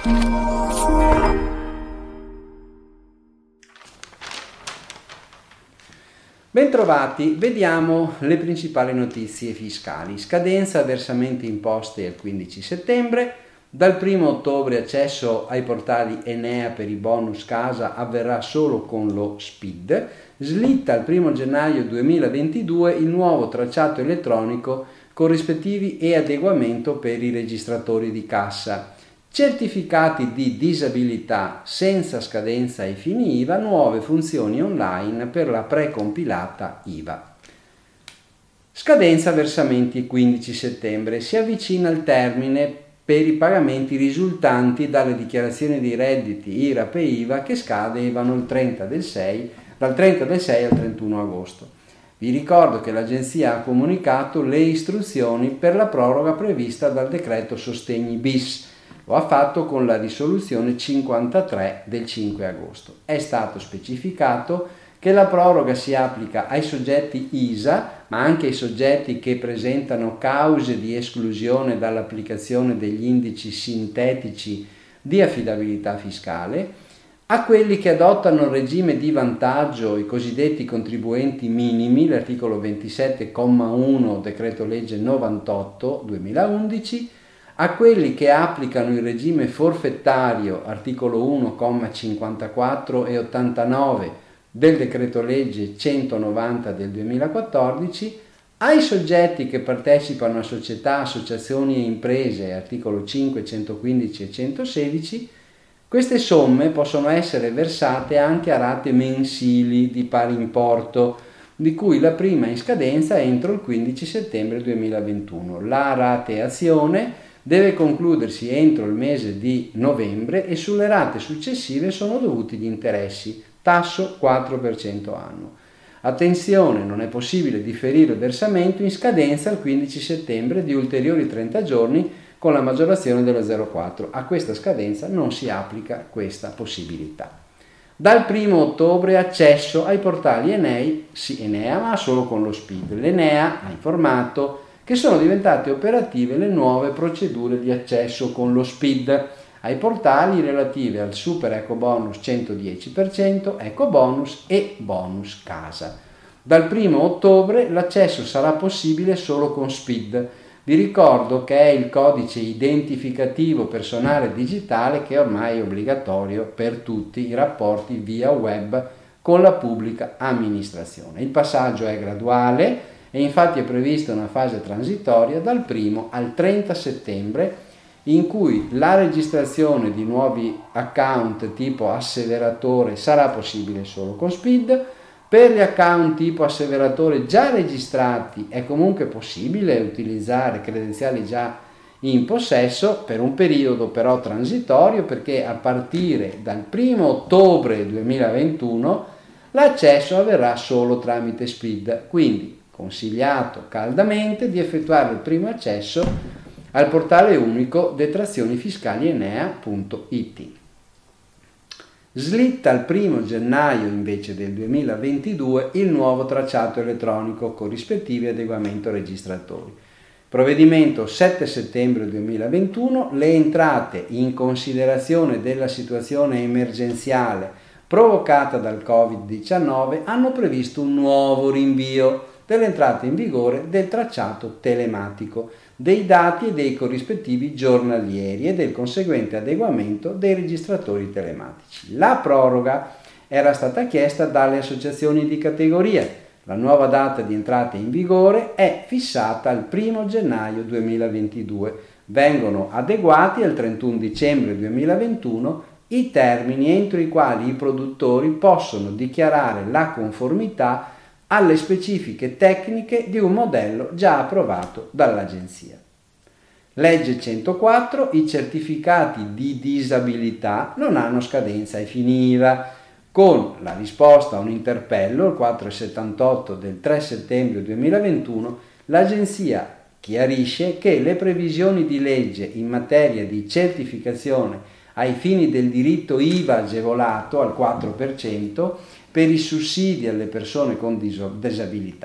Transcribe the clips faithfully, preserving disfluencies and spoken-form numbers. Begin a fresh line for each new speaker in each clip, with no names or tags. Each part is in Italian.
Bentrovati, vediamo le principali notizie fiscali. Scadenza versamenti imposte al quindici settembre, dal primo ottobre accesso ai portali Enea per i bonus casa avverrà solo con lo S P I D, slitta al primo gennaio duemilaventidue il nuovo tracciato elettronico corrispettivi e adeguamento per i registratori di cassa. Certificati di disabilità senza scadenza ai fini I V A, nuove funzioni online per la precompilata I V A. Scadenza versamenti quindici settembre, si avvicina il termine per i pagamenti risultanti dalle dichiarazioni di redditi I R A P e I V A che scadevano il trenta del sei, dal trenta del sei al trentuno agosto. Vi ricordo che l'Agenzia ha comunicato le istruzioni per la proroga prevista dal decreto Sostegni bis. Lo ha fatto con la risoluzione cinquantatré del cinque agosto. È stato specificato che la proroga si applica ai soggetti I S A, ma anche ai soggetti che presentano cause di esclusione dall'applicazione degli indici sintetici di affidabilità fiscale, a quelli che adottano il regime di vantaggio, i cosiddetti contribuenti minimi, l'articolo ventisette comma uno decreto legge novantotto duemilaundici, a quelli che applicano il regime forfettario, articolo uno comma cinquantaquattro e ottantanove del decreto legge centonovanta del duemilaquattordici, ai soggetti che partecipano a società, associazioni e imprese, articolo cinque, centoquindici e centosedici, queste somme possono essere versate anche a rate mensili di pari importo, di cui la prima in scadenza entro il quindici settembre duemilaventuno. La rateazione deve concludersi entro il mese di novembre e sulle rate successive sono dovuti gli interessi, tasso quattro per cento annuo. Attenzione, non è possibile differire il versamento in scadenza al quindici settembre di ulteriori trenta giorni con la maggiorazione dello zero virgola quattro. A questa scadenza non si applica questa possibilità. Dal primo ottobre accesso ai portali Enea, sì, Enea ma solo con lo S P I D. L'Enea ha informato che sono diventate operative le nuove procedure di accesso con lo S P I D ai portali relative al super ecobonus centodieci per cento, ecobonus e bonus casa. Dal primo ottobre l'accesso sarà possibile solo con S P I D. Vi ricordo che è il codice identificativo personale digitale che ormai è obbligatorio per tutti i rapporti via web con la pubblica amministrazione. Il passaggio è graduale e infatti è prevista una fase transitoria dal primo al trenta settembre in cui la registrazione di nuovi account tipo asseveratore sarà possibile solo con S P I D. Per gli account tipo asseveratore già registrati è comunque possibile utilizzare credenziali già in possesso per un periodo però transitorio, perché a partire dal primo ottobre duemilaventuno l'accesso avverrà solo tramite S P I D. Quindi consigliato caldamente di effettuare il primo accesso al portale unico detrazioni fiscali enea punto it. Slitta al primo gennaio invece del duemilaventidue il nuovo tracciato elettronico corrispettivi adeguamento registratori. Provvedimento sette settembre duemilaventuno, le entrate in considerazione della situazione emergenziale provocata dal covid diciannove hanno previsto un nuovo rinvio dell'entrata in vigore del tracciato telematico, dei dati e dei corrispettivi giornalieri e del conseguente adeguamento dei registratori telematici. La proroga era stata chiesta dalle associazioni di categoria. La nuova data di entrata in vigore è fissata al primo gennaio duemilaventidue. Vengono adeguati al trentuno dicembre duemilaventuno i termini entro i quali i produttori possono dichiarare la conformità alle specifiche tecniche di un modello già approvato dall'Agenzia. Legge centoquattro, i certificati di disabilità non hanno scadenza ai fini I V A. Con la risposta a un interpello, il quattrocentosettantotto del tre settembre duemilaventuno, l'Agenzia chiarisce che le previsioni di legge in materia di certificazione ai fini del diritto I V A agevolato al quattro per cento per i sussidi alle persone con disabilità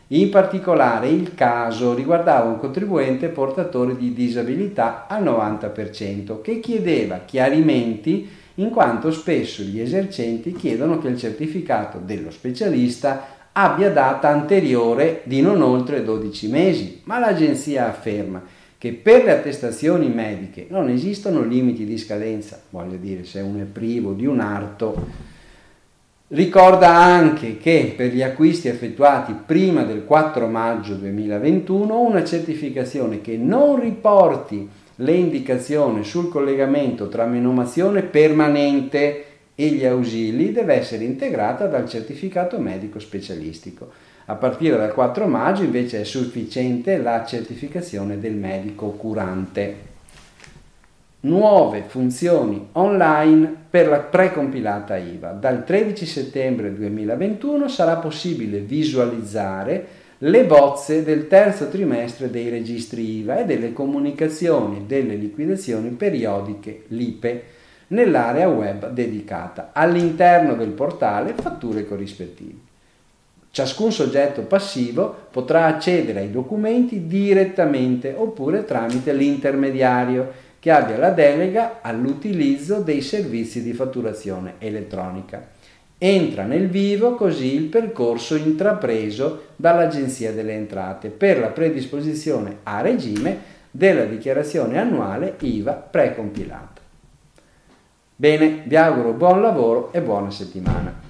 In particolare il caso riguardava un contribuente portatore di disabilità al novanta per cento che chiedeva chiarimenti in quanto spesso gli esercenti chiedono che il certificato dello specialista abbia data anteriore di non oltre dodici mesi, ma l'agenzia afferma che per le attestazioni mediche non esistono limiti di scadenza, voglio dire, se uno è privo di un arto. Ricorda anche che per gli acquisti effettuati prima del quattro maggio duemilaventuno una certificazione che non riporti le indicazioni sul collegamento tra menomazione permanente e gli ausili deve essere integrata dal certificato medico specialistico. A partire dal quattro maggio invece è sufficiente la certificazione del medico curante. Nuove funzioni online per la precompilata I V A. Dal tredici settembre duemilaventuno sarà possibile visualizzare le bozze del terzo trimestre dei registri I V A e delle comunicazioni delle liquidazioni periodiche L I P E nell'area web dedicata. All'interno del portale fatture corrispettive. Ciascun soggetto passivo potrà accedere ai documenti direttamente oppure tramite l'intermediario che abbia la delega all'utilizzo dei servizi di fatturazione elettronica. Entra nel vivo così il percorso intrapreso dall'Agenzia delle Entrate per la predisposizione a regime della dichiarazione annuale I V A precompilata. Bene, vi auguro buon lavoro e buona settimana.